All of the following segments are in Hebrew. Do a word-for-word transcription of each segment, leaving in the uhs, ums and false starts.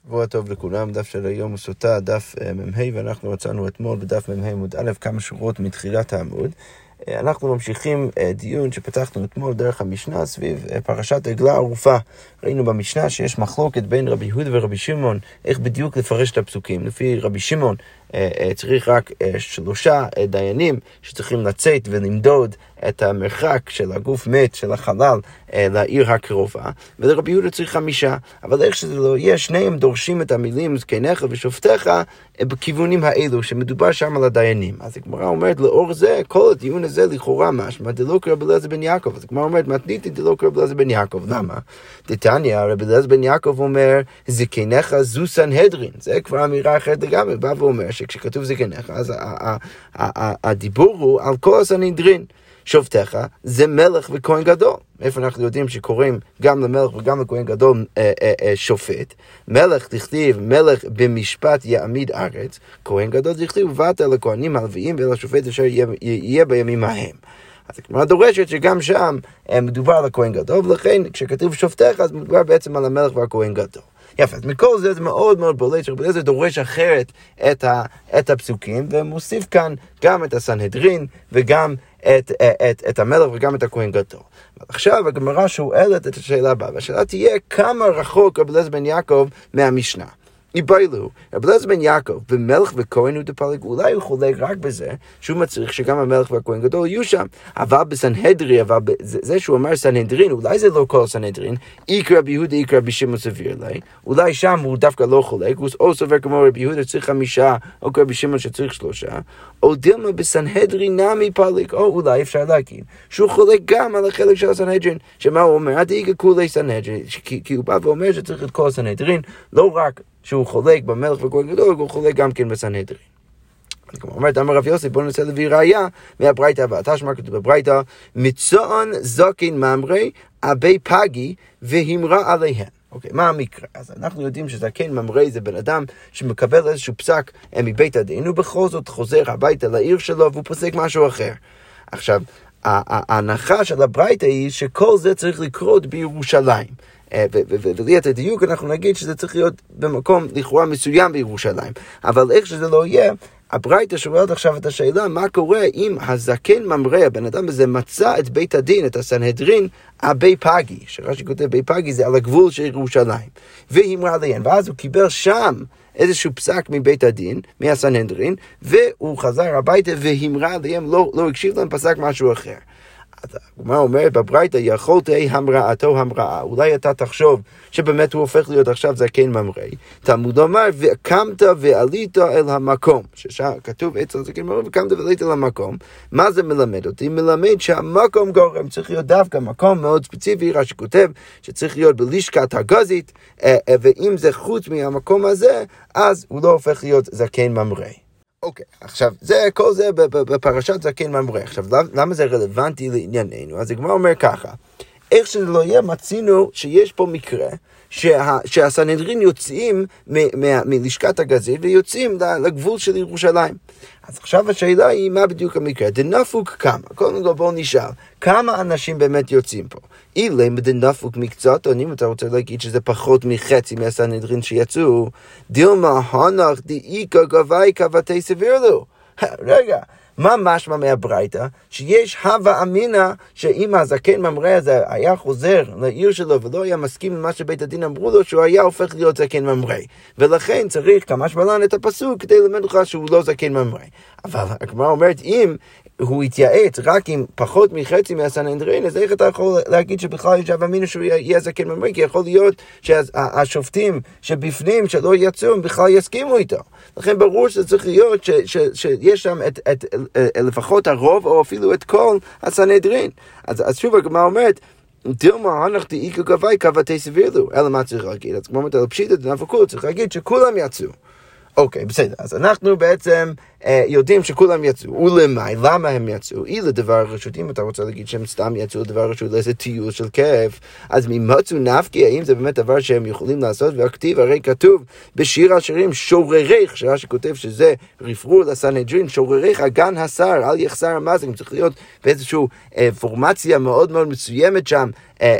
שבוע טוב לכולם, דף של היום הוא סוטה, דף מ"ה, ואנחנו רצנו אתמול בדף מ"ה עמוד א' כמה שורות מתחילת העמוד. אנחנו ממשיכים דיון שפתחנו אתמול דרך המשנה סביב פרשת עגלה ערופה. ראינו במשנה שיש מחלוקת בין רבי יהודה ורבי שמעון איך בדיוק לפרש את הפסוקים. לפי רבי שמעון צריך רק שלושה דיינים שצריכים לצאת ולמדוד את המרחק של הגוף מת, של החלל, לעיר הקרובה, ולרבי יהודה צריך חמישה. אבל איך שזה לא יהיה, שניהם דורשים את המילים זקניך ושופטיך בכיוונים האלו, שמדובר שם על הדיינים. אז הגמרא אומרת, לאור זה, כל הדיון הזה לכאורה משמע, דלא כרבי אליעזר בן יעקב. אז הגמרא אומרת, מתניתי דלא כרבי אליעזר בן יעקב. למה? דתניא, רבי אליעזר בן יעקב אומר, זקניך זו סנהדרין. זה כבר אמירה אחרת לגמרי, בא ואומר שכשכתוב זקניך, אז הדיבור הוא על כל הסנהדרין. שופטיך זה מלך וכהן גדול. איפה אנחנו יודעים שקוראים גם למלך וגם לכהן גדול אה, אה, אה, שופט? מלך תכתיב, מלך במשפט יעמיד ארץ, כהן גדול תכתיב, ובאת לכהנים הלוויים ולשופט אשר יהיה, יהיה בימים ההם. אז הגמרא דורשת שגם שם מדובר על הכהן גדול, ולכן כשכתוב שופטיך אז מדובר בעצם על המלך והכהן גדול. יפה, אז מכל זה זה מאוד מאוד בולט, שרבי אליעזר דורש אחרת את, ה, את הפסוקים, ומוסיף כאן גם את הסנהדרין, וגם את, את, את המלך, וגם את הכהן גדול. עכשיו הגמרא שואלת את השאלה הבאה, והשאלה תהיה כמה רחוק רבי אליעזר בן יעקב מהמשנה. יבאילו, רבי אליעזר בן יעקב, במלך וכהן הוא דפלג, אולי הוא חולק רק בזה, שהוא מצריך שגם המלך והכהן גדול יהיו שם, אבל בסנהדרי, אבל זה, זה שהוא אמר סנהדרין, אולי זה לא כל סנהדרין, איקרא רבי יהודה, איקרא רבי שמעון סביר לי, אולי שם הוא דווקא לא חולק, הוא או סובר כמו רבי יהודה שצריך חמישה, או רבי שמעון שצריך שלושה, או דילמה בסנהדרין נמי פלג, או אולי אפשר להגיד, שהוא חולק גם על החלק של הסנהדרין, שמה הוא אומר, עד איגה כולי סנהדרין, כי, כי הוא בא ואומר שצריך את כל הסנהדרין, לא רק שהוא חולק במלך וכהן גדול, הוא חולק גם כן בסנהדרין. כמו אומרת, אמר רב יוסי, בוא ננסה להביא ראיה מהברייתא הבאה. תשמע כתוב בברייתא, מצאן זקן ממרי, אבי פגי, והמרה עליהן. אוקיי, מה המקרה? אז אנחנו יודעים שזקן ממרי זה בן אדם שמקבל איזשהו פסק מבית הדין, ובכל זאת חוזר הביתה לעיר שלו, והוא פוסק משהו אחר. עכשיו, ההנחה של הברייתא היא שכל זה צריך לקרות בירושלים. וליתר דיוק אנחנו נגיד שזה צריך להיות במקום לכאורה מסוים בירושלים, אבל איך שזה לא יהיה, הברייתא שואלת עכשיו את השאלה, מה קורה אם הזקן ממרא, הבן אדם הזה מצא את בית הדין, את הסנהדרין, הבי פגי, שרש"י כותב בי פגי זה על הגבול של ירושלים, והמרה עליהן, ואז הוא קיבל שם איזשהו פסק מבית הדין, מהסנהדרין, והוא חזר הביתה והמרה עליהם, לא, לא הקשיב להם, פסק משהו אחר. מה אומרת בברייתא, יכולתי המראתו המראה, אולי אתה תחשוב שבאמת הוא הופך להיות עכשיו זקן ממרי. תלמוד אומר, וקמת ועלית אל המקום, ששם כתוב אצל זקן ממרי, וקמת ועלית אל המקום. מה זה מלמד אותי? מלמד שהמקום גורם צריך להיות דווקא מקום מאוד ספציפי, רש"י כותב שצריך להיות בלשכת הגזית, ואם זה חוץ מהמקום הזה, אז הוא לא הופך להיות זקן ממרי. אוקיי, עכשיו, זה, כל זה בפרשת זקן ממרא. עכשיו, למה זה רלוונטי לענייננו? אז הגמרא אומר ככה, איך שזה לא יהיה, מצינו שיש פה מקרה, שה, שהסנהדרין יוצאים מ, מ, מלשכת הגזית, ויוצאים לגבול של ירושלים. אז עכשיו השאלה היא, מה בדיוק המקרה? דנפוק כמה? קודם כל בואו נשאל, כמה אנשים באמת יוצאים פה? אילם דנפוק מקצת, או אם אתה רוצה להגיד שזה פחות מחצי מהסנהדרין שיצאו, דילמה הנח דאיקה גבי כבתי סביר לו. רגע, מה משמע מהברייתא? שיש הווה אמינה שאם הזקן ממרא הזה היה חוזר לעיר שלו ולא היה מסכים למה שבית הדין אמרו לו, שהוא היה הופך להיות זקן ממרא. ולכן צריך כמה שבלן את הפסוק כדי ללמד לך שהוא לא זקן ממרא. אבל הגמרא אומרת, אם הוא התייעץ רק עם פחות מחצי מהסנהדרין, אז איך אתה יכול להגיד שבכלל יש הווה אמינה שהוא יהיה זקן ממרא? כי יכול להיות שהשופטים שבפנים שלא יצאו הם בכלל יסכימו איתו. לכן ברור שזה צריך להיות ש, ש, שיש שם את, את, את, לפחות הרוב או אפילו את כל הסנהדרין. אז, אז שוב הגמרא אומרת, דילמה הנח דאיקה גבי כבתי סביר לו. אלא מה צריך להגיד? אז כמו אומרת, על פשיטא דנפקות צריך להגיד שכולם יצאו. אוקיי, בסדר. אז אנחנו בעצם יודעים שכולם יצאו, ולמי, למה הם יצאו? אי לדבר רשות, אם אתה רוצה להגיד שהם סתם יצאו לדבר רשות לאיזה טיול של כיף, אז ממצאו נפקי, האם זה באמת דבר שהם יכולים לעשות? והכתיב, הרי כתוב בשיר השירים, שורריך, שרש"י כותב שזה רפרור לסנהדרין, שורריך הגן השר, אל יחסר המזג, צריך להיות באיזושהי פורמציה מאוד מאוד מסוימת שם,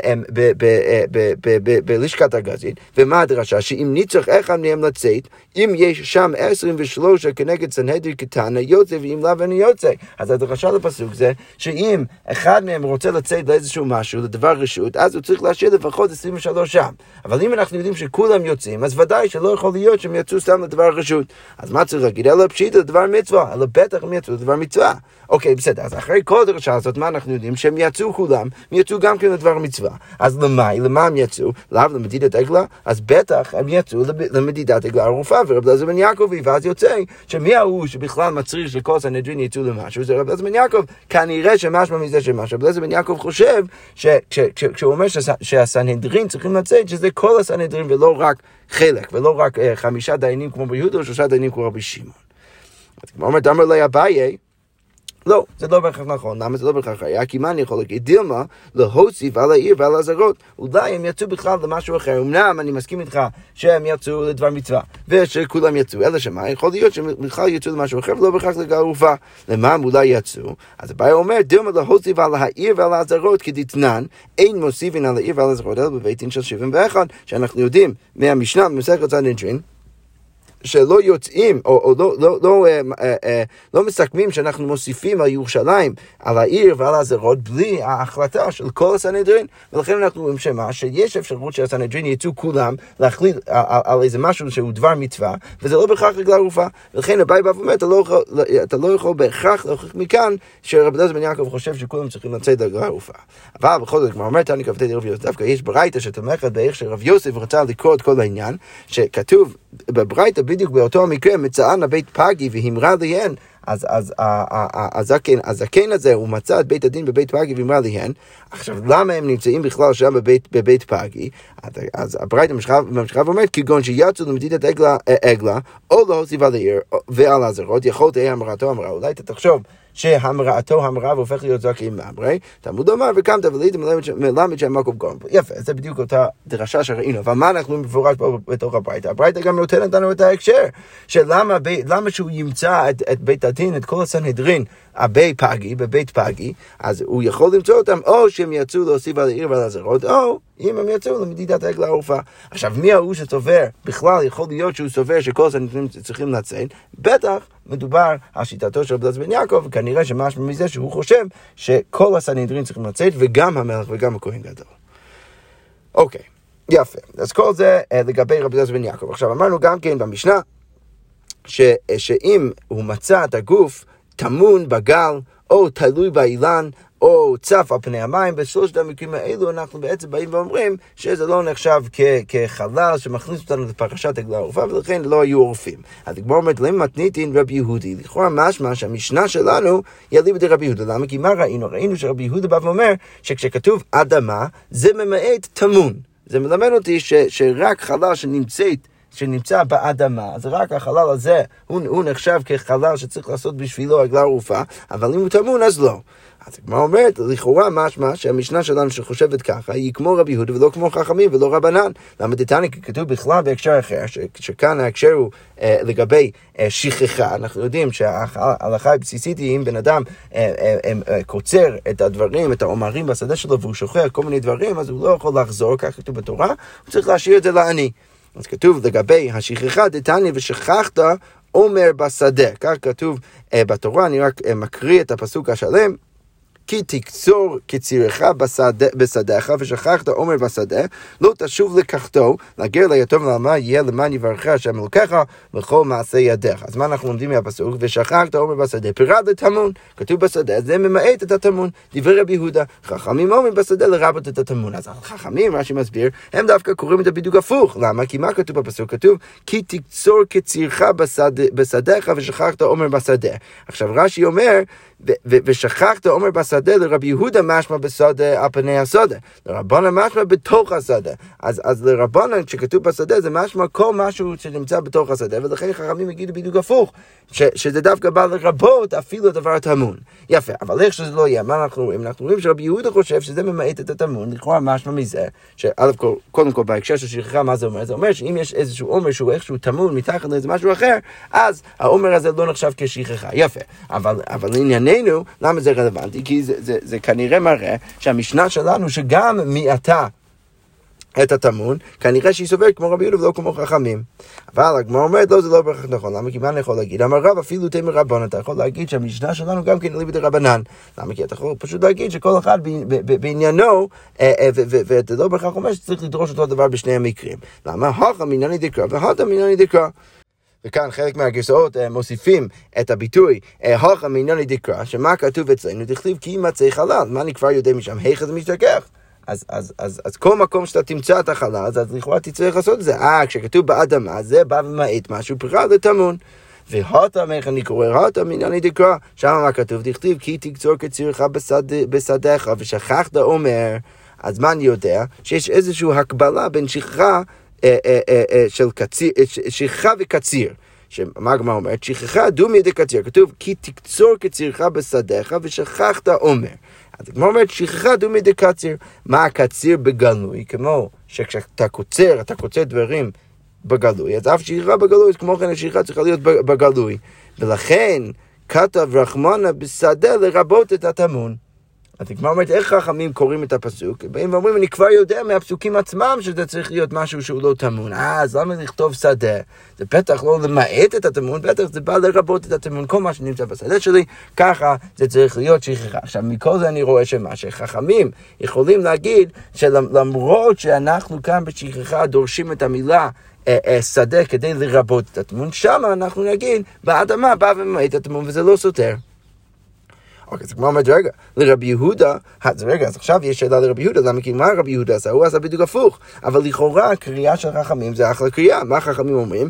בלשכת הגזית. ומה הדרשה? שאם ניצח אחד מהם לצאת, אם יש שם עשרים ושלוש כנגד סנהדרין קטנה יוצא, ואם לאו אינו יוצא. אז הדרשה לפסוק זה שאם אחד מהם רוצה לצאת לאיזשהו משהו, לדבר רשות, אז הוא צריך להשאיר לפחות עשרים ושלוש שם. אבל אם אנחנו יודעים שכולם יוצאים, אז ודאי שלא יכול להיות שהם יצאו סתם לדבר רשות. אז מה צריך להגיד? אלא פשיט לדבר מצווה, אלא בטח הם יצאו לדבר מצווה. אוקיי, בסדר. אז אחרי כל הדרשה הזאת, מה אנחנו יודעים? שהם יצאו כולם, הם יצאו גם כן לדבר מצווה. אז למה? למה הם יצאו? לאו למדידת עגלה? אז בטח הם יצאו למדידת עגלה ערופה, ורב אליעזר בן יעקב, ואז יוצא שמי ההוא שבכלל מצריך שכל סנהדרין יצאו למשהו, זה רב אליעזר בן יעקב, כנראה שמשמע מזה שמשהו. רב אליעזר בן יעקב חושב שכשהוא אומר שהסנהדרין צריכים לצאת, שזה כל הסנהדרין ולא רק חלק, ולא רק חמישה דיינים כמו ביהודה, או שלושה דיינים כמו רבי שמעון. אז כמו אומרת, אמר לי אביי, לא, זה לא בהכרח נכון. למה זה לא בהכרח היה? כי מה אני יכול להגיד? דילמה להוסיף על העיר ועל הזרות. אולי הם יצאו בכלל למשהו אחר. אמנם אני מסכים איתך שהם יצאו לדבר מצווה, ושכולם יצאו. אלא שמה? יכול להיות שהם בכלל יצאו למשהו אחר, ולא בהכרח לגל ערופה. למה הם אולי יצאו? אז הבעיה אומר, דילמה להוסיף על העיר ועל הזרות, כדתנן, אין מוסיפין על העיר ועל הזרות, אלא בבית דין של שבעים ואחת, שאנחנו יודעים מהמשנה, במסכת סנהדרין, שלא יוצאים, או, או לא, לא, לא, לא, לא מסכמים שאנחנו מוסיפים על ירושלים, על העיר ועל הזרות, בלי ההחלטה של כל הסנהדרין, ולכן אנחנו רואים שמה, שיש אפשרות שהסנהדרין יצאו כולם להחליט על, על, על איזה משהו שהוא דבר מצווה, וזה לא בהכרח לגלל ערופה, ולכן הבאי בא ואומר, אתה לא יכול, אתה לא יכול בהכרח להוכיח מכאן, שרב אליעזר בן יעקב חושב שכולם צריכים לצאת לגלל ערופה. אבל בכל זאת, כמו אומר, תני כ"ט רב יוסף, דווקא יש ברייתא שתומכת באיך שרב יוסף רצה לקרוא את כל העניין, שכתוב בברייתא בדיוק באותו המקרה, מצאנה בית פגי והמרה ליהן, אז, אז, הזקן, הזקן הזה, הוא מצא את בית הדין בבית פגי והמרה ליהן. עכשיו, למה הם נמצאים בכלל שם בבית, בבית פגי? אז הברייתא ממשיכה ואומרת, כגון שיצאו למדידת עגלה, עגלה, או להוסיף על העיר ועל הזרות, יכול תהיה המראתו המרה. אולי אתה תחשוב שהמראתו המרה והופך להיות זקן מאמרי, תלמוד אומר, וקמת וליד מלמד שם מקום גורם. יפה, זה בדיוק אותה דרשה שראינו. אבל מה אנחנו מפורש פה בתוך הברייתא? הברייתא גם נותנת לנו את ההקשר, שלמה למה שהוא ימצא את, את בית הדין, את כל הסנהדרין, הבית פגי, בבית פגי, אז הוא יכול למצוא אותם, או שהם יצאו להוסיף על העיר ועל הזרות, או אם הם יצאו למדידת עגלה ערופה. עכשיו, מי ההוא שסובר? בכלל יכול להיות שהוא סובר שכל הסנהדרין צריכים לצאת, בטח מדובר על שיטתו של רב אליעזר בן יעקב, וכנראה שמשמע מזה שהוא חושב שכל הסנהדרין צריכים לצאת, וגם המלך וגם הכהן גדול. אוקיי, יפה. אז כל זה לגבי רב אליעזר בן יעקב. עכשיו, אמרנו גם כן במשנה, ש, שאם הוא מצא את הגוף טמון בגל, או תלוי באילן, או צף על פני המים, בשלושת המקרים האלו אנחנו בעצם באים ואומרים שזה לא נחשב כ- כחלל שמכניס אותנו לפרשת עגלה ערופה, ולכן לא היו עורפים. אז הגמרא אומרת, למה מתניתין רבי יהודי? לכאורה משמע שהמשנה שלנו היא אליבא דרבי יהודה. למה? כי מה ראינו? ראינו שרבי יהודה בא ואומר שכשכתוב אדמה, זה ממעט טמון. זה מלמד אותי ש- שרק חלל שנמצאת שנמצא באדמה, אז רק החלל הזה הוא, הוא נחשב כחלל שצריך לעשות בשבילו עגלה ערופה, אבל אם הוא טמון אז לא. אז כמו אומרת, לכאורה משמע שהמשנה שלנו שחושבת ככה, היא כמו רבי יהודה ולא כמו חכמים ולא רבנן. למה דתניא כתוב בכלל בהקשר אחר, ש, שכאן ההקשר הוא אה, לגבי אה, שכחה. אנחנו יודעים שההלכה הבסיסית היא אם בן אדם אה, אה, אה, קוצר את הדברים, את האומרים בשדה שלו והוא שוכח כל מיני דברים, אז הוא לא יכול לחזור, כך כתוב בתורה, הוא צריך להשאיר את זה לעני. אז כתוב לגבי השכחה, דתניא ושכחת אומר בשדה. כך כתוב uh, בתורה, אני רק uh, מקריא את הפסוק השלם. כי תקצור קצירך בשדך ושכחת עומר בשדה, לא תשוב לקחתו, לגר ליתום ולאלמנה יהיה למען יברכך השם אלוקיך בכל מעשה ידיך. אז מה אנחנו לומדים מהפסוק? ושכחת עומר בשדה, פירט לטמון, כתוב בשדה, זה ממעט את הטמון. דברי רבי יהודה, חכמים אומרים בשדה לרבות את הטמון. אז החכמים, רש"י מסביר, הם דווקא קוראים את זה בדיוק הפוך. למה? כי מה כתוב בפסוק? כתוב, כי תקצור קצירך בשדך ושכחת עומר בשדה. עכשיו רש"י אומר, ושכחת אומר בשדה לרבי יהודה משמע בשדה על פני השדה, לרבנן משמע בתוך השדה. אז, אז לרבנן כשכתוב בשדה זה משמע כל משהו שנמצא בתוך השדה, ולכן חכמים יגידו בדיוק הפוך, ש, שזה דווקא בא לרבות אפילו הדבר הטמון. יפה, אבל איך שזה לא יהיה, מה אנחנו רואים? אנחנו רואים שרבי יהודה חושב שזה ממעט את הטמון, לכאורה משמע מזה, שא' קודם כל בהקשר של שכחה, מה זה אומר? זה אומר שאם יש איזשהו עומר שהוא איכשהו טמון מתחת לאיזה משהו אחר, אז העומר הזה לא נחשב כשכחה. יפה, אבל, אבל לענייננו, למה זה רלוונטי? כי זה, זה, זה כנראה מראה שהמשנה שלנו שגם מעתה את הטמון, כנראה שהיא סוברת כמו רבי יהודה ולא כמו חכמים. אבל הגמרא אומרת, לא, זה לא בהכרח נכון. למה? כי מה אני יכול להגיד? אמר רב, אפילו תמר רבנן, אתה יכול להגיד שהמשנה שלנו גם כן אליבא דרבנן. למה? כי אתה יכול פשוט להגיד שכל אחד בעניינו, ואתה לא בהכרח אומר שצריך לדרוש אותו דבר בשני המקרים. למה? הכה מינני דקרא, והתה מינני דקרא. וכאן חלק מהגרסאות מוסיפים את הביטוי הכה מינני דקרא, שמה כתוב אצלנו? דכתיב כי יימצא חלל. מה אני כבר יודע משם? היכא זה משתכח. אז, אז, אז, אז כל מקום שאתה תמצא את החלל, אז לכאורה תצטרך לעשות את זה. אה, כשכתוב באדמה, זה בא ומעט משהו, פריחה לטמון. והתה, איך אני קורא? התה מינני דקרא. שם מה כתוב? דכתיב כי תקצור קצירך בשדך, ושכחת אומר. אז מה אני יודע? שיש איזושהי הקבלה בין שכחה של קציר, שכחה וקציר. שמה הגמרא אומרת? שכחה דומי דקציר. כתוב כי תקצור קצירך בשדך, ושכחת אומר. אז כמו אומרת, שכחה דומי דקציר. מה הקציר בגלוי? כמו שכשאתה קוצר, אתה קוצר דברים בגלוי, אז אף שכחה בגלוי, כמו כן השכחה צריכה להיות בגלוי. ולכן כתב רחמנה בשדה לרבות את הטמון. אז כמו אומרת, איך חכמים קוראים את הפסוק? באים ואומרים, אני כבר יודע מהפסוקים עצמם שזה צריך להיות משהו שהוא לא טמון. אה, אז למה לכתוב שדה? זה בטח לא למעט את הטמון, בטח זה בא לרבות את הטמון. כל מה שנמצא בשדה שלי, ככה זה צריך להיות שכחה. עכשיו, מכל זה אני רואה שמה שחכמים יכולים להגיד שלמרות שאנחנו כאן בשכחה דורשים את המילה שדה כדי לרבות את הטמון, שם אנחנו נגיד, באדמה בא ומעט את הטמון, וזה לא סותר. אוקיי, אז כמו אומרת, רגע, לרבי יהודה, אז רגע, אז עכשיו יש שאלה לרבי יהודה, למה כי מה רבי יהודה עשה? הוא עשה בדיוק הפוך, אבל לכאורה הקריאה של חכמים זה אחלה קריאה. מה חכמים אומרים?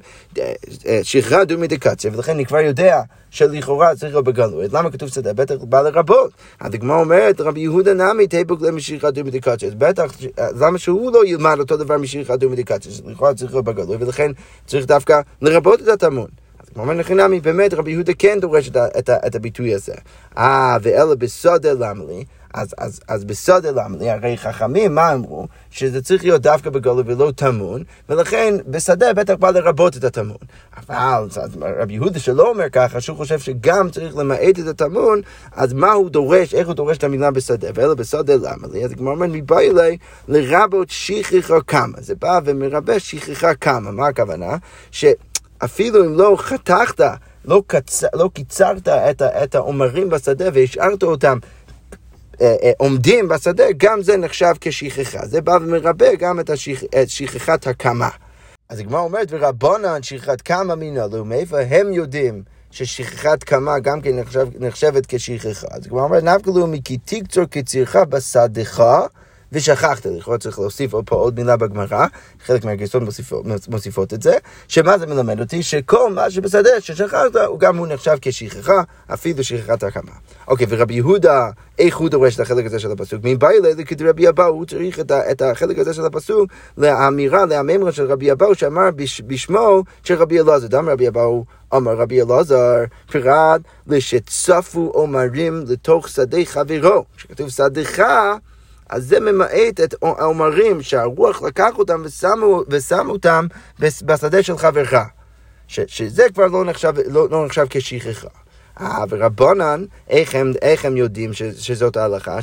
שכחה דומי דקציר, ולכן אני כבר יודע שלכאורה צריך להיות בגלוי. למה כתוב שדה? בטח בא לרבות. הדגמרא אומרת, רבי יהודה נמי תיבוק למשכחה דומי דקציר, בטח, למה שהוא לא ילמד אותו דבר משכחה דומי דקציר, שלכאורה צריך להיות בגלוי, ולכן צריך דווקא לרבות את הטמון. כמו אומר לחינמי, באמת רבי יהודה כן דורש את, את, את הביטוי הזה. אה, ואלה בסודה למלי, אז, אז, אז בסודה למלי, הרי חכמים, מה אמרו? שזה צריך להיות דווקא בגלוי ולא טמון, ולכן בשדה בטח בא לרבות את הטמון. אבל רבי יהודה שלא אומר ככה, שהוא חושב שגם צריך למעט את הטמון, אז מה הוא דורש, איך הוא דורש את המילה בשדה? ואלה בסודה למלי, אז כמו אומר, מבא אלי לרבות שכחה כמה. זה בא ומרבה שכחה כמה. מה הכוונה? ש... אפילו אם לא חתכת, לא, קצ... לא קיצרת את, ה... את העומרים בשדה והשארת אותם אה, אה, עומדים בשדה, גם זה נחשב כשכחה. זה בא ומרבה גם את, השכ... את שכחת הקמה. אז הגמרא אומרת, ורבנן שכחת קמה מנהלו, מאיפה הם יודעים ששכחת קמה גם כן נחשב... נחשבת כשכחה. אז הגמרא אומרת, נפקלו מכי תקצור קצירך בשדך, ושכחת, לכאורה צריך להוסיף פה עוד מילה בגמרא, חלק מהגרסאות מוסיפות, מוסיפות את זה, שמה זה מלמד אותי? שכל מה שבשדה ששכחת, הוא גם הוא נחשב כשכחה, אפילו שכחת הקמה. אוקיי, ורבי יהודה, איך הוא דורש את החלק הזה של הפסוק? מבא אלי כדרבי אבאו, הוא צריך את, את החלק הזה של הפסוק, לאמירה, לאמרה של רבי אבאו, שאמר בשמו של רבי אלעזר. דאמר רבי אבאו, אמר רבי אלעזר, פרד לשצפו אומרים לתוך שדה חברו. כשכתוב שדך, אז זה ממעט את האומרים שהרוח לקח אותם ושמו, ושם אותם בשדה של חברך. ש, שזה כבר לא נחשב, לא, לא נחשב כשכחה. אה, ורבנן, איך הם, איך הם יודעים ש, שזאת ההלכה?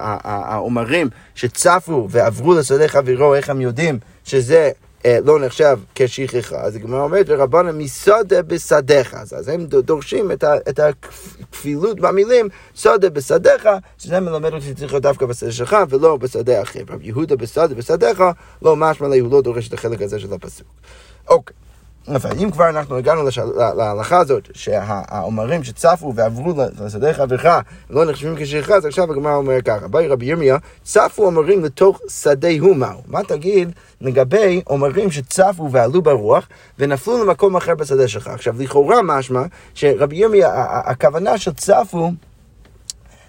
שהאומרים שצפו ועברו לשדה חברו, איך הם יודעים שזה לא נחשב כשכחה? אז הגמרא אומרת, ורבנן מסודה בשדך. אז הם דורשים את, ה, את הכפילות במילים, סודה בשדך, שזה מלמד אותי שצריך להיות דווקא בשדה שלך, ולא בשדה אחר. רבי יהודה בסודה בשדך, לא משמע לי, הוא לא דורש את החלק הזה של הפסוק. אוקיי. אם כבר אנחנו הגענו להלכה הזאת, שהאומרים שצפו ועברו לשדה חברך לא נחשבים כשכחה, אז עכשיו הגמרא אומר ככה, באי רבי ירמיה, צפו אומרים לתוך שדה הוא מהו. מה תגיד לגבי אומרים שצפו ועלו ברוח ונפלו למקום אחר בשדה שלך? עכשיו לכאורה משמע שרבי ירמיה, הכוונה של צפו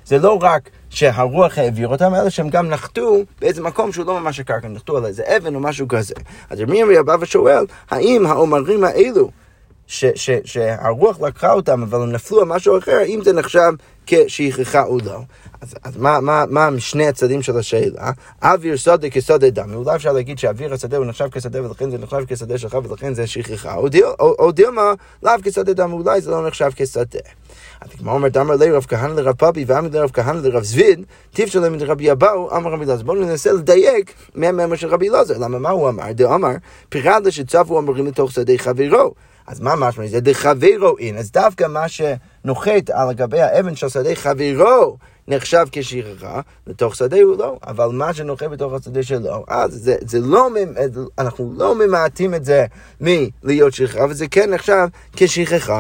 זה לא רק שהרוח העביר אותם, אלא שהם גם נחתו באיזה מקום שהוא לא ממש הקרקע, נחתו על איזה אבן או משהו כזה. אז רבי ירמיה בא ושואל, האם האומרים האלו, ש, ש, שהרוח לקחה אותם, אבל הם נפלו על משהו אחר, האם זה נחשב כשכחה או לא? אז, אז מה, מה, מה משני הצדדים של השאלה? אוויר שדה כשדה דם. אולי אפשר להגיד שאוויר השדה הוא נחשב כשדה, ולכן זה נחשב כשדה שלך, ולכן זה שכחה. או, דיל, או, או דילמה, לאו כשדה דם, אולי זה לא נחשב כשדה. אז כמו אומר, דאמר לי רב כהנא לרב פאפי, ואמר לרב כהנא לרב זביד, טיב שלהם לרבי אבאו, אמר רבי אלעזר. בואו ננסה לדייק מהמאמר של רבי אלעזר. למה מה הוא אמר? דאמר, פירדה שצפו אמרים לתוך שדה חברו. אז מה משמע? זה דחברו אין. אז דווקא מה שנוחת על גבי האבן של שדה חברו נחשב כשכחה, לתוך שדה הוא לא. אבל מה שנוחת בתוך השדה שלו, אז זה, זה לא, אנחנו לא ממעטים את זה מלהיות שכחה, וזה כן נחשב כשכחה.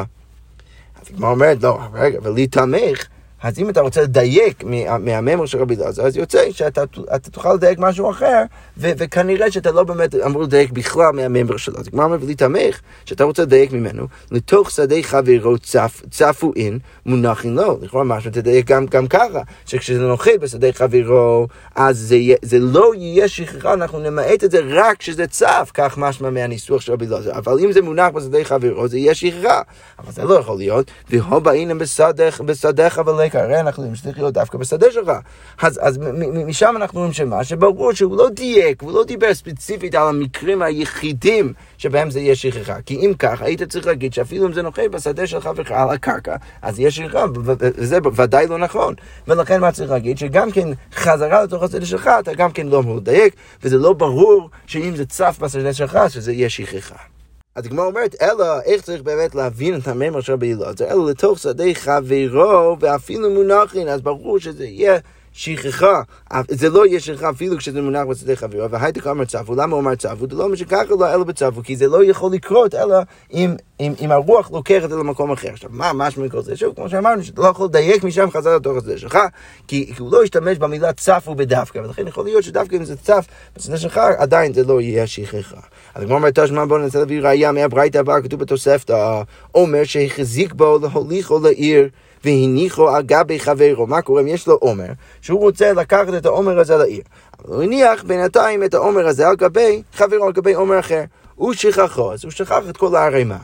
אז כמו אומרת, לא, רגע, ולהתמך, אז אם אתה רוצה לדייק מהמאמר של רבי אלעזר, אז יוצא שאתה אתה תוכל לדייק משהו אחר, ו- וכנראה שאתה לא באמת אמור לדייק בכלל מהמאמר שלו. אז כמו אומר, ולהתמך, שאתה רוצה לדייק ממנו, לתוך שדה חברו צפ, צפו אין, מונחים לו. לכאורה משהו תדייק גם, גם ככה, שכשזה נוחת בשדה חברו, אז זה, זה לא יהיה שכחה, אנחנו נמעט את זה רק כשזה צף, כך משמע מהניסוח של רבי אלעזר. אבל אם זה מונח בשדה חברו, זה יהיה שכחה. אבל זה לא יכול להיות, והוא באינם בשדך, בשדך ולק. הרי אנחנו יודעים שצריך להיות דווקא בשדה שלך. אז, אז משם אנחנו רואים שמה, שברור שהוא לא דייק, הוא לא דיבר ספציפית על המקרים היחידים שבהם זה יהיה שכחה. כי אם כך, היית צריך להגיד שאפילו אם זה נוחת בשדה שלך על הקרקע, אז יהיה שכחה, וזה ודאי לא נכון. ולכן מה צריך להגיד? שגם כן חזרה לתוך השדה שלך, אתה גם כן לא אמור לדייק, וזה לא ברור שאם זה צף בשדה שלך, שזה יהיה שכחה. אז כמו אומרת, אלא איך צריך באמת להבין את המאמר של רבי אלעזר, אלא לתוך שדה חברו ואפילו מונחין, אז ברור שזה יהיה שכחה, זה לא יהיה שכחה אפילו כשזה מונח בשדה חברו, והייתק אמר צפו, למה הוא אמר צפו? זה לא משככה לא אלא בצפו, כי זה לא יכול לקרות אלא אם, אם, אם הרוח לוקחת אל למקום אחר. עכשיו, מה משמע מכל זה? שוב, כמו שאמרנו, שאתה לא יכול לדייק משם חזרה לתוך השדה שלך, כי, כי הוא לא ישתמש במילה צפו בדווקא, ולכן יכול להיות שדווקא אם זה צף בשדה שלך, עדיין זה לא יהיה שכחה. אז כמו אומר תשמע, בואו ננסה להביא ראיה מהברייתא הבאה, כתוב בתוספתא, אומר שהחזיק בו להוליכו לעיר, והניחו על גבי חברו. מה קורה? יש לו עומר, שהוא רוצה לקחת את העומר הזה לעיר. אבל הוא הניח בינתיים את העומר הזה על גבי חברו, על גבי עומר אחר. הוא שכחו, אז הוא שכח את כל הערימה.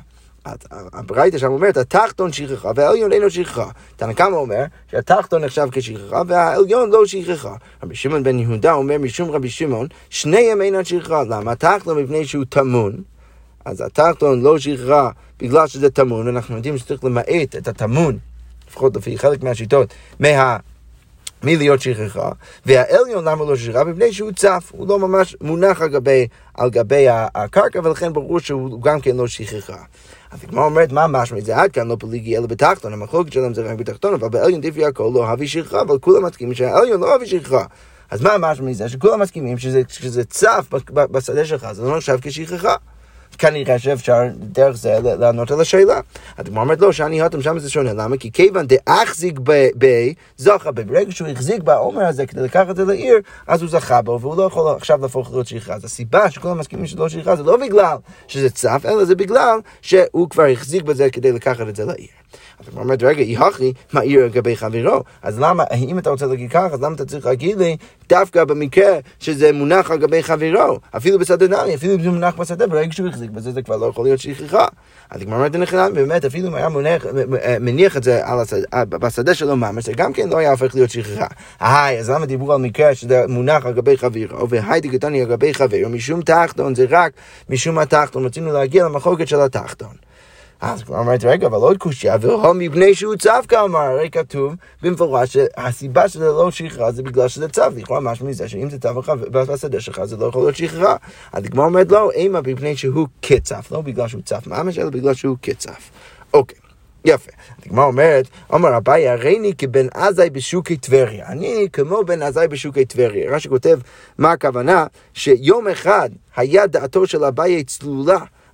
הברייתא שם אומרת, התחתון שכחה והעליון אינו שכחה. תנא קמא אומר שהתחתון נחשב כשכחה והעליון לא שכחה. רבי שמעון בן יהודה אומר משום רבי שמעון, שניהם אינם שכחה. למה? התחתון מפני שהוא תמון, אז התחתון לא שכחה בגלל שזה תמון, ואנחנו יודעים שצריך למעט את התמון, לפחות לפי חלק מהשיטות, מה... מלהיות שכחה, והעליון למה לא שכחה? מפני שהוא צף, הוא לא ממש מונח על גבי, על גבי הקרקע, ולכן ברור שהוא גם כן לא שכחה. אז כמו אומרת, מה משמע? זה עד כאן לא פליגי אלא בתחתון, המחלוקת שלהם זה רק בתחתון, אבל בעליון דיפי הכל לא אהבי שכחה, אבל כולם מסכימים שהעליון לא אהבי שכחה. אז מה משמע מזה? שכולם מסכימים שזה, שזה צף בשדה שלך, זה לא נחשב כשכחה. כנראה שאפשר דרך זה לענות על השאלה. הדגמרא אומרת לא, שאני הותם שם זה שונה. למה? כי כיוון דאחזיק בי זכה בי. ברגע שהוא החזיק בעומר הזה כדי לקחת את זה לעיר, אז הוא זכה בו, והוא לא יכול עכשיו להפוך להיות שכחה. אז הסיבה שכולם מסכימים שלא שכחה, זה לא בגלל שזה צף, אלא זה בגלל שהוא כבר החזיק בזה כדי לקחת את זה לעיר. אז הוא אומר, רגע, יחי, מה עיר לגבי חברו? אז למה, אם אתה רוצה להגיד כך, אז למה אתה צריך להגיד לי, דווקא במקרה שזה מונח על גבי חברו, אפילו בשדה נמי, אפילו אם זה מונח בשדה, ברגע שהוא החזיק בזה, זה כבר לא יכול להיות שכחה. אז הוא אומר, נכנן, באמת, אפילו אם היה מונח, מניח את זה על השדה, בשדה שלו ממש, זה גם כן לא היה הופך להיות שכחה. היי, אז למה דיברו על מקרה שזה מונח על גבי חברו, והי דגתני על גבי חברו, משום תחתון, זה רק משום התחתון, רצינו להגיע למחלוקת של התחתון. אז כבר אמרתי, רגע, אבל עוד קושיה, והוא מבני שהוא צף כאמר, הרי כתוב במפורש שהסיבה שזה לא שכחה זה בגלל שזה צף, לכאורה משהו מזה שאם זה צף בשדה שלך זה לא יכול להיות שכחה. אז כבר אומרת לא, אימה בפני שהוא כצף, לא בגלל שהוא צף ממש, אלא בגלל שהוא כצף. אוקיי, יפה. הגמרא אומרת, אומר אביי, הריני כבן עזאי בשוקי טבריה. אני כמו בן עזאי בשוקי טבריה. רש"י כותב מה הכוונה, שיום אחד היה דעתו של אביי צלולה,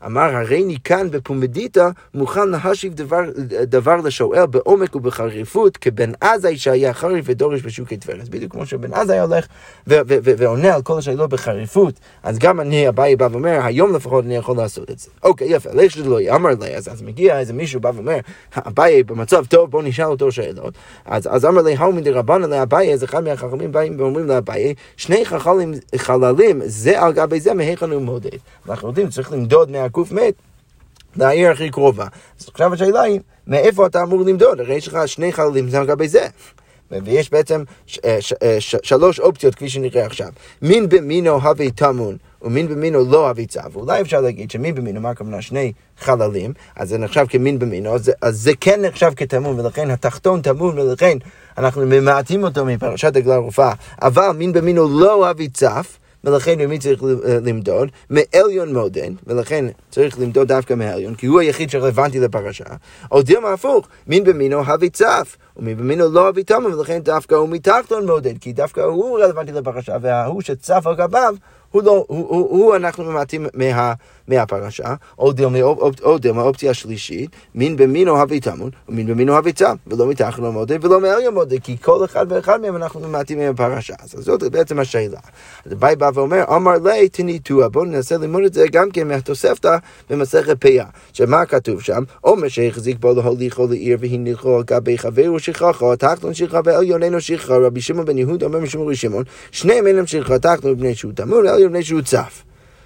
אמר, הריני כאן בפומדיתא מוכן להשיב דבר, דבר לשואל בעומק ובחריפות, כבן עזאי שהיה חריף ודורש בשוקי תפרס. בדיוק כמו שבן עזאי הולך ו- ו- ו- ועונה על כל השאלות בחריפות, אז גם אני, אביי בא ואומר, היום לפחות אני יכול לעשות את זה. אוקיי, יפה, לך שלא יאמר לי, אז, אז מגיע איזה מישהו בא ואומר, אביי במצב טוב, בוא נשאל אותו שאלות. אז, אז אמר לי, ההו מדי רבנן לאביי, אז אחד מהחכמים באים ואומרים לאביי, שני חללים, חללים, זה על גבי זה, מהיכן הוא מודד. אנחנו יודעים, צריך למדוד מהגוף מת, לעיר הכי קרובה. אז עכשיו השאלה היא, מאיפה אתה אמור למדוד? הרי יש לך שני חללים, זה על גבי זה. ויש בעצם ש, ש, ש, שלוש אופציות כפי שנראה עכשיו. מין במינו הווי תמון ומין במינו לא הווי צו. אולי אפשר להגיד שמין במינו, מה הכוונה? שני חללים, אז זה נחשב כמין במינו, אז, אז זה כן נחשב כתמון, ולכן התחתון תמון, ולכן אנחנו ממעטים אותו מפרשת עגלה ערופה. אבל מין במינו לא הווי צף, ולכן מי צריך למדוד? מעליון מודן, ולכן צריך למדוד דווקא מעליון, כי הוא היחיד שרלוונטי לפרשה. או דילמה הפוך, מין במינו הווי צף, ומין במינו לא הווי תמון, ולכן דווקא הוא מתחתון מודד, כי דווקא הוא רלוונטי לפרשה, וההוא שצף על גביו, הוא, לא, הוא, הוא, הוא אנחנו ממעטים מה, מהפרשה. או דילמה, או דילמה, אופציה שלישית, מין במינו הווי תמון, ומין במינו הווי צף, ולא מתחתון מודד, ולא מעליון מודד, כי כל אחד ואחד מהם אנחנו ממעטים מהפרשה. אז זאת בעצם השאלה. אז ביי בא ואומר, אמר לי תניתוה, בואו ננסה ללמוד את זה גם כן מהתוספתא במסכת פיה. שמה כתוב שם? אומר שהחזיק בו להוליכו לעיר והניחו על גבי חברו שכחו, התחתון שכחה ועליון אינו שכחה. רבי שמעון בן יהודה אומר משום רבי שמעון, שניהם אינם שכחה, תחתון בני שהוא תמון, עליון בני שהוא צף.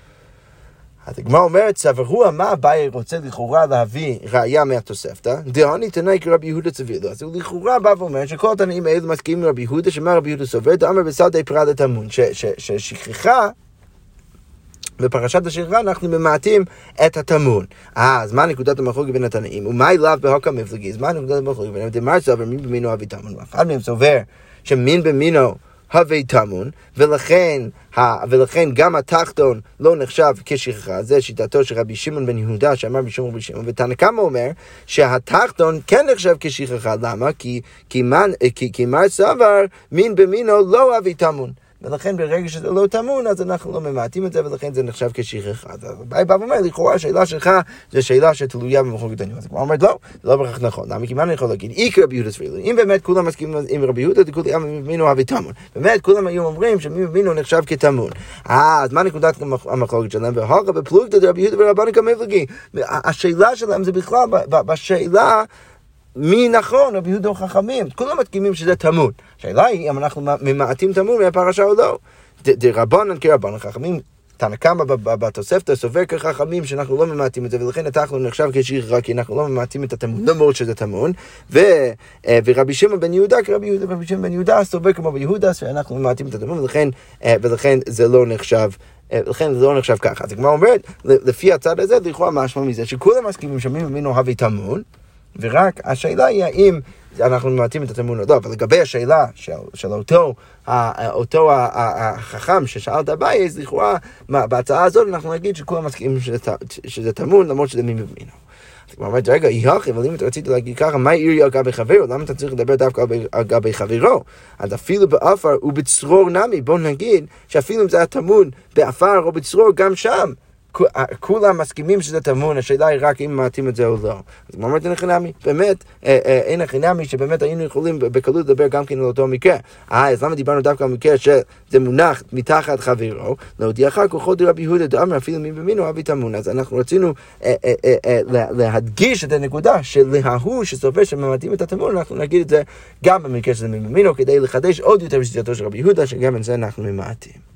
אז הגמרא אומרת, סברו מה אביי רוצה לכאורה להביא ראיה מהתוספתא, דהני תנאי כרבי יהודה סביר לו. אז הוא לכאורה בא ואומר שכל התנאים האלה מסכימים רבי יהודה, שמה רבי יהודה סובר, דאמר בסדי פרדה תמון, ששכחה, בפרשת השכחה אנחנו ממעטים את התמון. אה, אז מה נקודת המחלוקת בין התנאים? ומה אליו בהוקא מפלגי? אז מה נקודת המחלוקת בין התנאים? דמר סובר מין במינו הווי תמון. אחד מהם סובר שמין במינו הווי תמון, ולכן, ולכן גם התחתון לא נחשב כשכחה. זה שיטתו של רבי שמעון בן יהודה שאמר בשם רבי שמעון, ותנא קמא אומר שהתחתון כן נחשב כשכחה. למה? כי, כי, man, כי, כי מר סבר מין במינו לא הווי תמון, ולכן ברגע שזה לא תמון, אז אנחנו לא ממעטים את זה, ולכן זה נחשב כשכחה. אז ביי בא ואומר, לכאורה השאלה שלך זו שאלה שתלויה במחלוקת התנאים. אז הוא אומר, לא, זה לא בהכרח נכון. למה? כי מה אני יכול להגיד? איקרא רבי יהודה סביר לו. אם באמת כולם מסכימים עם רבי יהודה, כולי מין במינו הווי תמון. באמת כולם היו אומרים שמין במינו נחשב כתמון. אה, אז מה נקודת המחלוקת שלהם? והרא בפלוגתא דרבי יהודה ורבנן כמפלגי. השאלה שלהם זה בכלל בשאלה מי נכון, רבי יהודה חכמים, כולם מסכימים שזה תמון. השאלה היא אם אנחנו ממעטים תמון מהפרשה או לא. דרבנן כרבנן חכמים, תנא קמא בתוספתא סובר כחכמים שאנחנו לא ממעטים את זה, ולכן התחתון נחשב כשכחה, כי אנחנו לא ממעטים את התמון, למרות שזה תמון. ורבי שמעון בן יהודה כרבי יהודה, רבי שמעון בן יהודה סובר כמו ביהודה שאנחנו ממעטים את התמון, ולכן, ולכן זה לא נחשב לכן זה לא נחשב ככה. אז כמו אומרת, לפי הצד הזה, לכאורה משמע מזה שכולם מסכימים שמין במינו הווי תמון, ורק השאלה היא האם אנחנו ממעטים את התמון או לא. אבל לגבי השאלה של, של אותו, אותו החכם ששאל את אביי, אז לכאורה בהצעה הזאת אנחנו נגיד שכולם מסכימים שזה, שזה תמון, למרות שזה מין במינו. אז כמו אומרת, רגע, יחי, אבל אם אתה רצית להגיד ככה, מה עירי על גבי חברו? למה אתה צריך לדבר דווקא על גבי חברו? אז אפילו באפר ובצרור נמי, בוא נגיד שאפילו אם זה התמון באפר או בצרור, גם שם כולם מסכימים שזה תמון, השאלה היא רק אם מעטים את זה או לא. אז כמו אומרת, אין הכי נמי, באמת, אין הכי נמי שבאמת היינו יכולים בקלות לדבר גם כן על אותו מקרה. אה, אז למה דיברנו דווקא על מקרה שזה מונח מתחת חברו, להודיעך כוחו דרבי יהודה דאמר אפילו מין במינו הווי תמון. אז אנחנו רצינו להדגיש את הנקודה של ההוא שסופר שמעטים את התמון, אנחנו נגיד את זה גם במקרה שזה מין במינו, כדי לחדש עוד יותר בשיטתו של רבי יהודה, שגם את זה אנחנו ממעטים.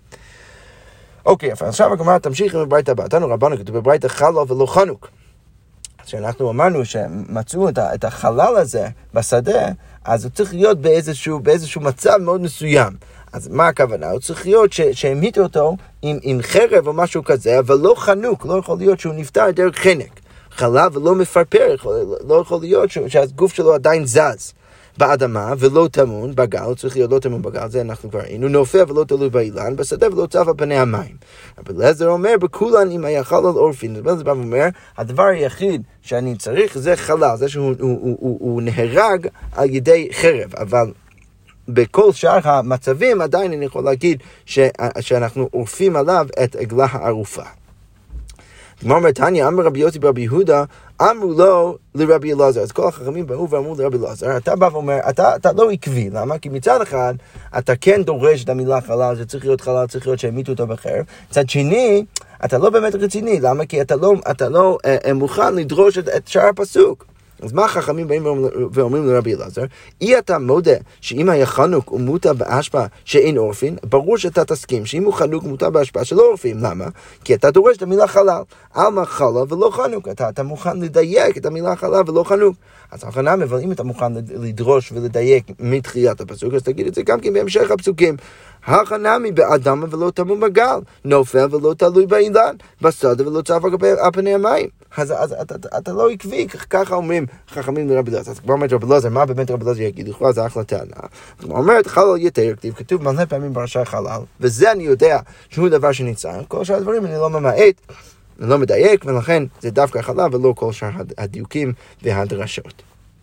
אוקיי, okay, עכשיו הגמרא תמשיך עם הברייתא הבאה. תנו רבנן, כתוב בברייתא חלב ולא חנוק. כשאנחנו אמרנו שמצאו את החלל הזה בשדה, אז הוא צריך להיות באיזשהו, באיזשהו מצב מאוד מסוים. אז מה הכוונה? הוא צריך להיות שהמיתו אותו עם, עם חרב או משהו כזה, אבל לא חנוק, לא יכול להיות שהוא נפטר דרך חנק. חלב ולא מפרפר, לא יכול להיות שהגוף שלו עדיין זז באדמה ולא תמון בגל, צריך להיות לא תמון בגל, זה אנחנו כבר ראינו, נופל ולא תלוי באילן, בשדה ולא צף על פני המים. אבל אליעזר אומר, בכולן אם היה חלל עורפין, אז זה בא ואומר, הדבר היחיד שאני צריך זה חלל, זה שהוא הוא, הוא, הוא, הוא נהרג על ידי חרב, אבל בכל שאר המצבים עדיין אני יכול להגיד ש, שאנחנו עורפים עליו את עגלה הערופה. כמו אומר תניא, אמר רבי יוסי ברבי יהודה, אמרו לו לרבי אלעזר. אז כל החכמים באו ואמרו לרבי אלעזר, אתה בא ואומר, אתה, אתה לא עקבי, למה? כי מצד אחד, אתה כן דורש את המילה חלל, זה צריך להיות חלל, צריך להיות שהמיתו אותו בחרב. מצד שני, אתה לא באמת רציני, למה? כי אתה לא, אתה לא אה, מוכן לדרוש את, את שאר הפסוק. אז מה החכמים באים ואומרים לרבי אלעזר? אי אתה מודה שאם היה חנוק ומוטה באשפה שאין עורפין, ברור שאתה תסכים שאם הוא חנוק ומוטה באשפה שלא עורפים. למה? כי אתה דורש את המילה חלל. עלמא חלל ולא חנוק. אתה, אתה מוכן לדייק את המילה חלל ולא חנוק. אז החכמים, אבל אם אתה מוכן לדרוש ולדייק מתחילת הפסוק, אז תגיד את זה גם כן בהמשך הפסוקים. החכמים באדמה ולא טמון בגל, נופל ולא תלוי באילן, בשדה ולא צף על פני המים. אז, אז אתה, אתה, אתה לא עקבי, ככה אומרים חכמים לרבי אלעזר. אז כבר אומרת רבי אלעזר, מה באמת רבי אלעזר יגיד? לכאורה זה אחלה טענה. אז הוא אומרת, חלל יותר כתיב, כתוב מלא פעמים בפרשת חלל, וזה אני יודע שהוא דבר שנצטרך. כל שאר הדברים אני לא ממעט, אני לא מדייק, ולכן זה דווקא חלל ולא כל שאר הדיוקים והדרשות.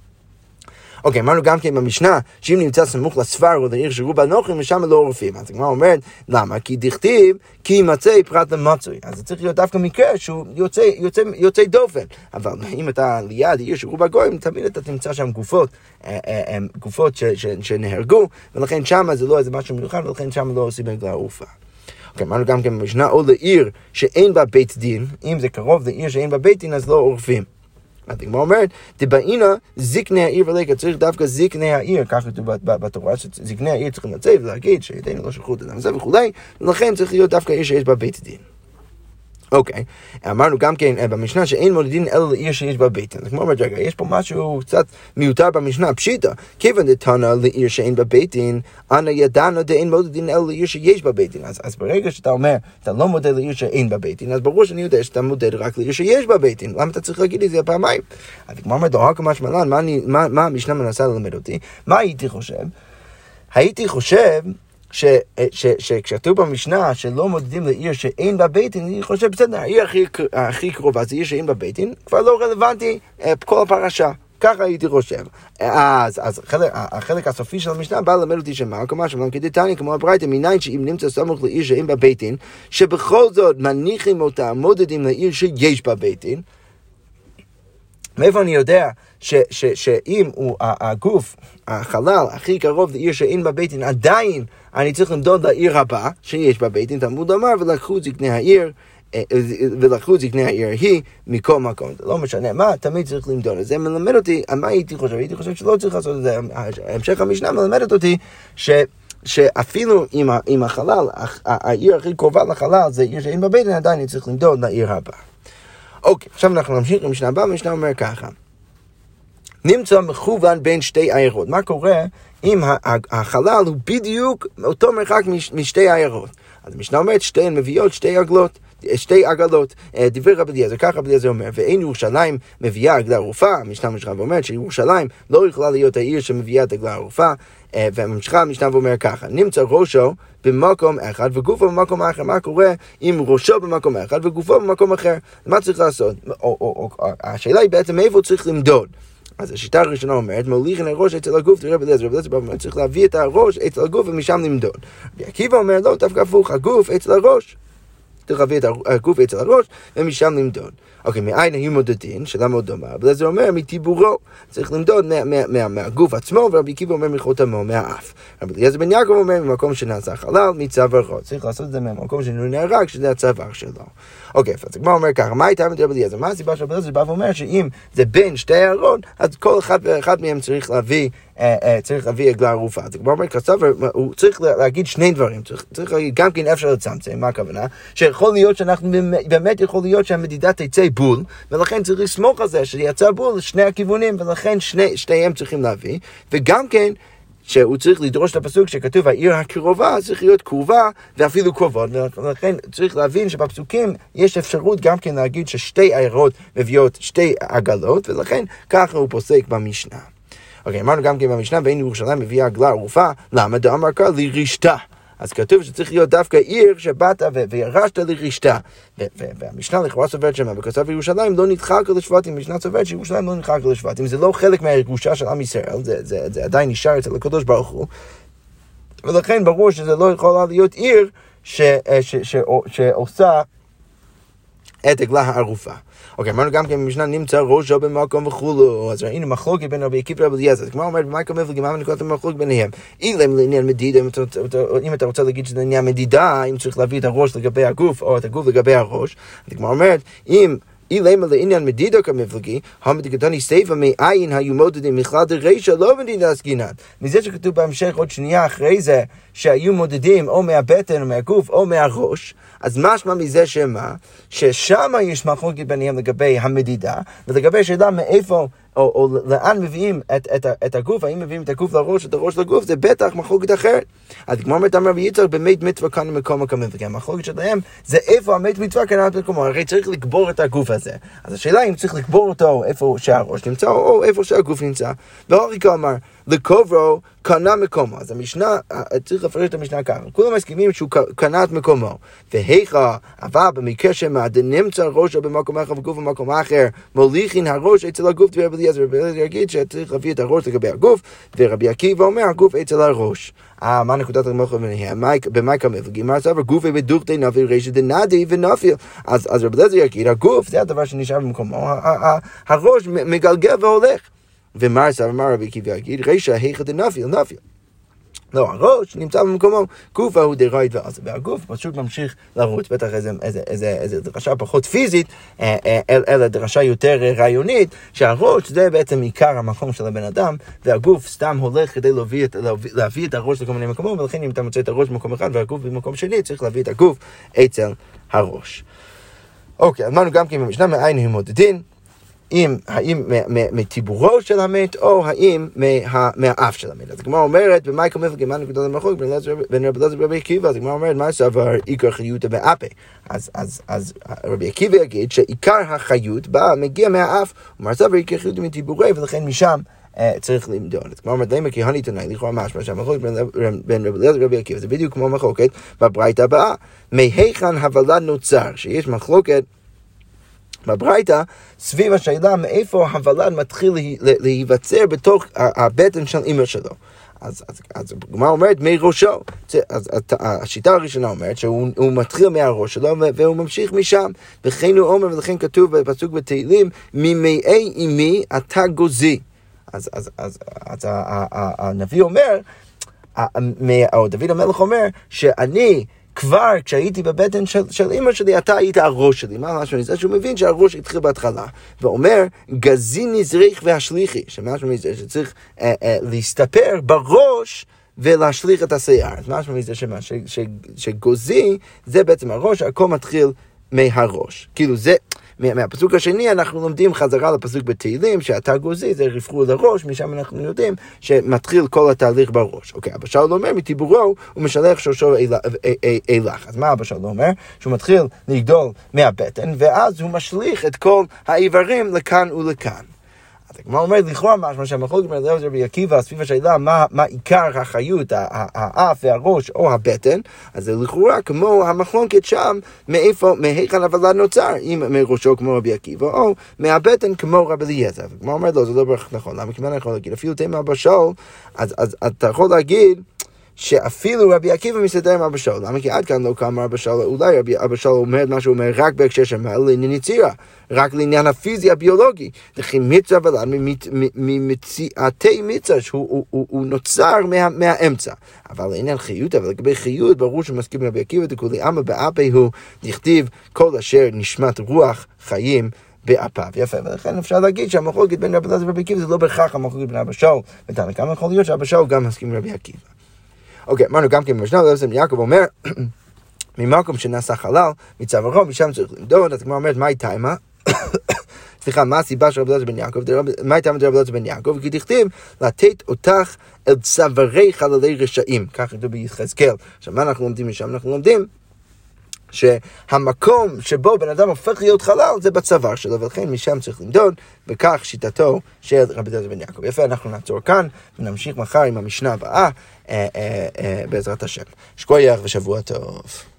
אוקיי, אמרנו גם כן במשנה, שאם נמצא סמוך לספר או לעיר שרובה נוחים, משם לא עורפים. אז הגמרא אומרת, למה? כי דכתיב, כי יימצא פרט למצוי. אז זה צריך להיות דווקא מקרה שהוא יוצא, יוצא, יוצא דופן. אבל אם אתה ליד עיר שרובה גויים, תמיד אתה תמצא שם גופות, גופות ש, ש, שנהרגו, ולכן שם זה לא איזה משהו מיוחד, ולכן שם לא עושים בגלל עורפה. אוקיי, אמרנו גם כן במשנה, או לעיר שאין בה בית דין, אם זה קרוב לעיר שאין בה בית דין, אז לא עורפים. הגמרא אומרת, דבעינה זקני העיר ולקה, צריך דווקא זקני העיר, כך כתוב בתורה, שזקני העיר צריכים לצאת ולהגיד שידינו לא שלחו את אדם הזה וכולי, ולכן צריך להיות דווקא עיר שיש בה בית דין. אוקיי, אמרנו גם כן במשנה שאין מודדין אלא לעיר שיש בה בית דין. אז כמו אומרת, רגע, יש פה משהו קצת מיותר במשנה, פשיטה, כיוון דתנא לעיר שאין בה בית דין, אנא ידענו דאין מודדין אלא לעיר שיש בה בית דין. אז, אז ברגע שאתה אומר, אתה לא מודד לעיר שאין בה בית דין, אז ברור שאני יודע שאתה מודד רק לעיר שיש בה בית דין. למה אתה צריך להגיד את זה פעמיים? אז כמו אומרת, דוהר כמשמע לן, מה, מה, מה המשנה מנסה ללמד אותי? מה הייתי חושב? הייתי חושב ש, ש, שכשכתוב במשנה שלא מודדים לעיר שאין בה בית דין, אני חושב, בסדר, העיר הכי, הכי קרובה זה עיר שאין בה בית דין, כבר לא רלוונטי כל הפרשה. ככה הייתי חושב. אז, אז החלק, החלק הסופי של המשנה בא ללמד אותי שמה, כמה שמלם כדתניא, כמו הברייתא, מניין שאם נמצא סמוך לעיר שאין בה בית דין, שבכל זאת מניחים אותה, מודדים לעיר שיש בה בית דין. מאיפה אני יודע ש, ש, שאם הוא הגוף, החלל הכי קרוב לעיר שאין בה בית דין, עדיין אני צריך למדוד לעיר הבאה שיש בה בית דין, תלמוד אמר, ולקחו זקני העיר, ולקחו זקני העיר היא מכל מקום. זה לא משנה מה, תמיד צריך למדוד. זה מלמד אותי, מה הייתי חושב? הייתי חושב שלא צריך לעשות את זה. המשך המשנה מלמדת אותי ש... שאפילו עם, עם החלל, העיר הכי קרובה לחלל זה עיר שאין בה בית דין, עדיין אני צריך למדוד לעיר הבאה. אוקיי, עכשיו אנחנו נמשיך למשנה הבאה, המשנה אומר ככה. נמצא מכוון בין שתי עיירות. מה קורה אם החלל הוא בדיוק אותו מרחק משתי עיירות? אז המשנה אומרת, שתיהן מביאות שתי עגלות, שתי עגלות. דברי רבי אליעזר, כך רבי אליעזר אומר, ואין ירושלים מביאה עגלה ערופה. המשנה ממשיכה ואומרת שירושלים לא יכולה להיות העיר שמביאה את עגלה ערופה, והממשיכה המשנה ואומר ככה, נמצא ראשו במקום אחד וגופו במקום אחר. מה קורה אם ראשו במקום אחד וגופו במקום אחר? מה צריך לעשות? או, או, או, השאלה היא בעצם איפה צריך למדוד. אז השיטה הראשונה אומרת, מוליכן הראש אצל הגוף, תראה רבי אליעזר, רבי אליעזר אומר, צריך להביא את הראש אצל הגוף ומשם למדוד. רבי עקיבא אומר, לא, דווקא הפוך, הגוף אצל הראש. צריך להביא את הגוף אצל הראש ומשם למדוד. אוקיי, מאין היו מודדים? שאלה מאוד דומה. רבי אליעזר אומר, מטיבורו. צריך למדוד מה, מה, מה, מהגוף עצמו, ורבי עקיבא אומר מחותמו, מהאף. רבי אליעזר בן יעקב אומר, ממקום שנעשה חלל, מצווארו. צריך לעשות את זה מהמקום שנהרג, שזה הצוואר שלו. אוקיי, אז הגמרא אומר ככה, מה הייתה רבי אליעזר? מה הסיבה של רבי אליעזר בא ואומר שאם זה בין שתי העיירות, אז כל אחד ואחד מהם צריך להביא, צריך להביא עגלה ערופה. אז הגמרא אומר כסף, הוא צריך להגיד שני דברים. צריך, צריך להגיד גם כן אפשר לצמצם, מה הכוונה? שיכול להיות שאנחנו באמת יכול להיות שהמדידה תצא בול, ולכן צריך לסמוך על זה שיצא בול לשני הכיוונים, ולכן שני, שניהם צריכים להביא, וגם כן שהוא צריך לדרוש את הפסוק שכתוב העיר הקרובה צריך להיות קרובה ואפילו קרובות, ולכן צריך להבין שבפסוקים יש אפשרות גם כן להגיד ששתי עיירות מביאות שתי עגלות, ולכן ככה הוא פוסק במשנה. אוקיי, אמרנו גם כן במשנה, בין ירושלים מביאה עגלה ערופה, למה דאמר קרא לרשתה? אז כתוב שצריך להיות דווקא עיר שבאת וירשת לרשתה. והמשנה לכאורה סוברת שמה, וכתוב ירושלים לא נדחק לשבטים, המשנה סוברת שירושלים לא נדחק לשבטים, זה לא חלק מהירושה של עם ישראל, זה, זה, זה עדיין נשאר אצל הקדוש ברוך הוא, ולכן ברור שזה לא יכולה להיות עיר ש, ש, ש, ש, שעושה את עגלה הערופה. אוקיי, אמרנו גם כן במשנה נמצא ראשו במקום וכולו, אז ראינו מחלוקת בין רבי עקיבא לרבי אליעזר. כמו אומרת, במייקל מפלגים, מה נקודת המחלוקת ביניהם? אילם לעניין מדידה, אם אתה רוצה להגיד שזה עניין מדידה, אם צריך להביא את הראש לגבי הגוף, או את הגוף לגבי הראש, אז כמו אומרת, אם אילם לעניין מדידה כמפלגי, המדיקתני סייפה מאין היו מודדים מכלל דרישה, לא מדידה סגינן. מזה שכתוב בהמשך עוד שנייה אחרי זה, שהיו מודדים או מהבטן או מהגוף או מהראש, אז משמע מזה שמה? ששם יש מחלוקת ביניהם לגבי המדידה, ולגבי שאלה מאיפה או, או לאן מביאים את, את, את הגוף, האם מביאים את הגוף לראש, את הראש לגוף, זה בטח מחלוקת אחרת. אז כמו אומרת אמר רבי יצחק, במת מצווה כאן מקומו כמפלגי. המחלוקת שלהם זה איפה המת מצווה כאן מקומו, הרי צריך לקבור את הגוף הזה. אז השאלה אם צריך לקבור אותו איפה שהראש נמצא, או איפה שהגוף נמצא. והאוריקה אמר, לקוברו קנה מקומו. אז המשנה, צריך לפרש את המשנה ככה. כולם מסכימים שהוא קנה את מקומו. והיכה, אבל במקרה שמה, דנמצא ראשו במקום אחר וגוף במקום אחר, מוליכין הראש אצל הגוף. ורבי אליעזר, רבי אליעזר יגיד שצריך להביא את הראש לגבי הגוף, ורבי עקיבא אומר, הגוף אצל הראש. אה, מה נקודת המחלוקת ביניהם? במייקל מפלגים, מה סבר גופי בדוכתא נפיל רישא דנדי ונפיל. אז אז רבי אליעזר יגיד, הגוף זה הדבר שנשאר במקומו, הראש מגלגל והולך. ומר סבר, מה רבי עקיבא יגיד, רישא היכא דנפיל, נפיל. לא, הראש נמצא במקומו, גוף הוא דרייט ועזה, והגוף פשוט ממשיך לרוץ, בטח איזה, איזה, איזה, איזה דרשה פחות פיזית, אלא דרשה יותר רעיונית, שהראש זה בעצם עיקר המקום של הבן אדם, והגוף סתם הולך כדי להביא את, להביא, להביא את הראש לכל מיני מקומות, ולכן אם אתה מוצא את הראש במקום אחד והגוף במקום שני, צריך להביא את הגוף אצל הראש. אוקיי, אמרנו גם כן במשנה מאין הם מודדים, אם, האם מטיבורו של המת, או האם מהאף של המת. אז הגמרא אומרת, במייקל מפלגים, מה נקודת המחלוקת בין רבי אליעזר ורבי עקיבא, אז הגמרא אומרת, מה סבר עיקר חיותא באפה? אז רבי עקיבא יגיד שעיקר החיות בא, מגיע מהאף, ומה סבר עיקר חיותא מטיבורי, ולכן משם צריך למדוד. אז כמו אומרת, למה כי הני תנאי, לכאורה משמע שהמחלוקת בין רבי אליעזר ורבי עקיבא, זה בדיוק כמו מחלוקת בברייתא הבאה, מהיכן הוולד נוצר, שיש מחלוקת בברייתא, סביב השאלה מאיפה הוולד מתחיל להיווצר בתוך הבטן של אמא שלו. אז, אז, אז הגמרא אומרת מראשו. אז השיטה הראשונה אומרת שהוא מתחיל מהראש שלו והוא ממשיך משם. וכן הוא אומר, ולכן כתוב בפסוק בתהילים, ממאי אמי אתה גוזי. אז, אז, אז, אז הנביא אומר, או דוד המלך אומר, שאני כבר כשהייתי בבטן של, של אמא שלי, אתה היית הראש שלי. מה משהו מזה? שהוא מבין שהראש התחיל בהתחלה. ואומר, גזי נזריך והשליחי. שמשהו מזה שצריך אה, אה, להסתפר בראש ולהשליך את השיער. אז משהו מזה שמה? ש, ש, שגוזי זה בעצם הראש, הכל מתחיל מהראש. כאילו זה... מהפסוק השני אנחנו לומדים חזרה לפסוק בתהילים, שאתה גוזי, זה רפחו לראש, משם אנחנו יודעים שמתחיל כל התהליך בראש. אוקיי, אבא שאול אומר, מטיבורו הוא משלח שורשו אילך. אז מה אבא שאול אומר? שהוא מתחיל לגדול מהבטן, ואז הוא משליך את כל האיברים לכאן ולכאן. אז כמו אומר, לכאורה משמע שהמחלוקת בין רבי רבי עקיבא סביב השאלה מה, מה עיקר החיות, האף והראש או הבטן, אז זה לכאורה כמו המחלוקת שם, מאיפה, מהיכן הוולד נוצר, אם מראשו כמו רבי עקיבא, או מהבטן כמו רבי אליעזר. כמו אומר, לא, זה לא ברך נכון. למה כמובן אני יכול להגיד, אפילו תימה אבא שאול, אז, אז אתה יכול להגיד, שאפילו רבי עקיבא מסתדר עם אבא שאול. למה? כי עד כאן לא קם אבא שאול, אולי רבי אבא שאול אומר מה שהוא אומר רק בהקשר של לעניין יצירה, רק לעניין הפיזי הביולוגי. לכי מצווה ולד ממציאתי מצווה, שהוא נוצר מהאמצע. אבל לעניין חיות, אבל לגבי חיות, ברור שמסכים רבי עקיבא, דכולי עלמא באפה הוא נכתיב כל אשר נשמת רוח חיים באפיו. יפה, ולכן אפשר להגיד שהמחלוקת בין רבי אליעזר ורבי עקיבא זה לא בהכרח המחלוקת בין אבא שאול. ותנא קמא יכול להיות שאבא שאול גם מסכים עם רבי עקיבא. אוקיי, אמרנו גם כן במשנה, רבי יעקב אומר, ממקום שנעשה חלל, מצב הרוב, משם צריך למדוד, אז כמו אומרת, מה הייתה אימה? סליחה, מה הסיבה של רבי אליעזר בן יעקב? מה הייתה רבי אליעזר בן יעקב? כי תכתיב, לתת אותך אל צווארי חללי רשעים. כך כתוב ביחזקאל. עכשיו, מה אנחנו לומדים משם? אנחנו לומדים שהמקום שבו בן אדם הופך להיות חלל זה בצוואר שלו, ולכן משם צריך למדוד, וכך שיטתו של רבי אליעזר בן יעקב. יפה, אנחנו נעצור כאן ונמשיך מחר עם המשנה הבאה בעזרת השם. שכוייך ושבוע טוב.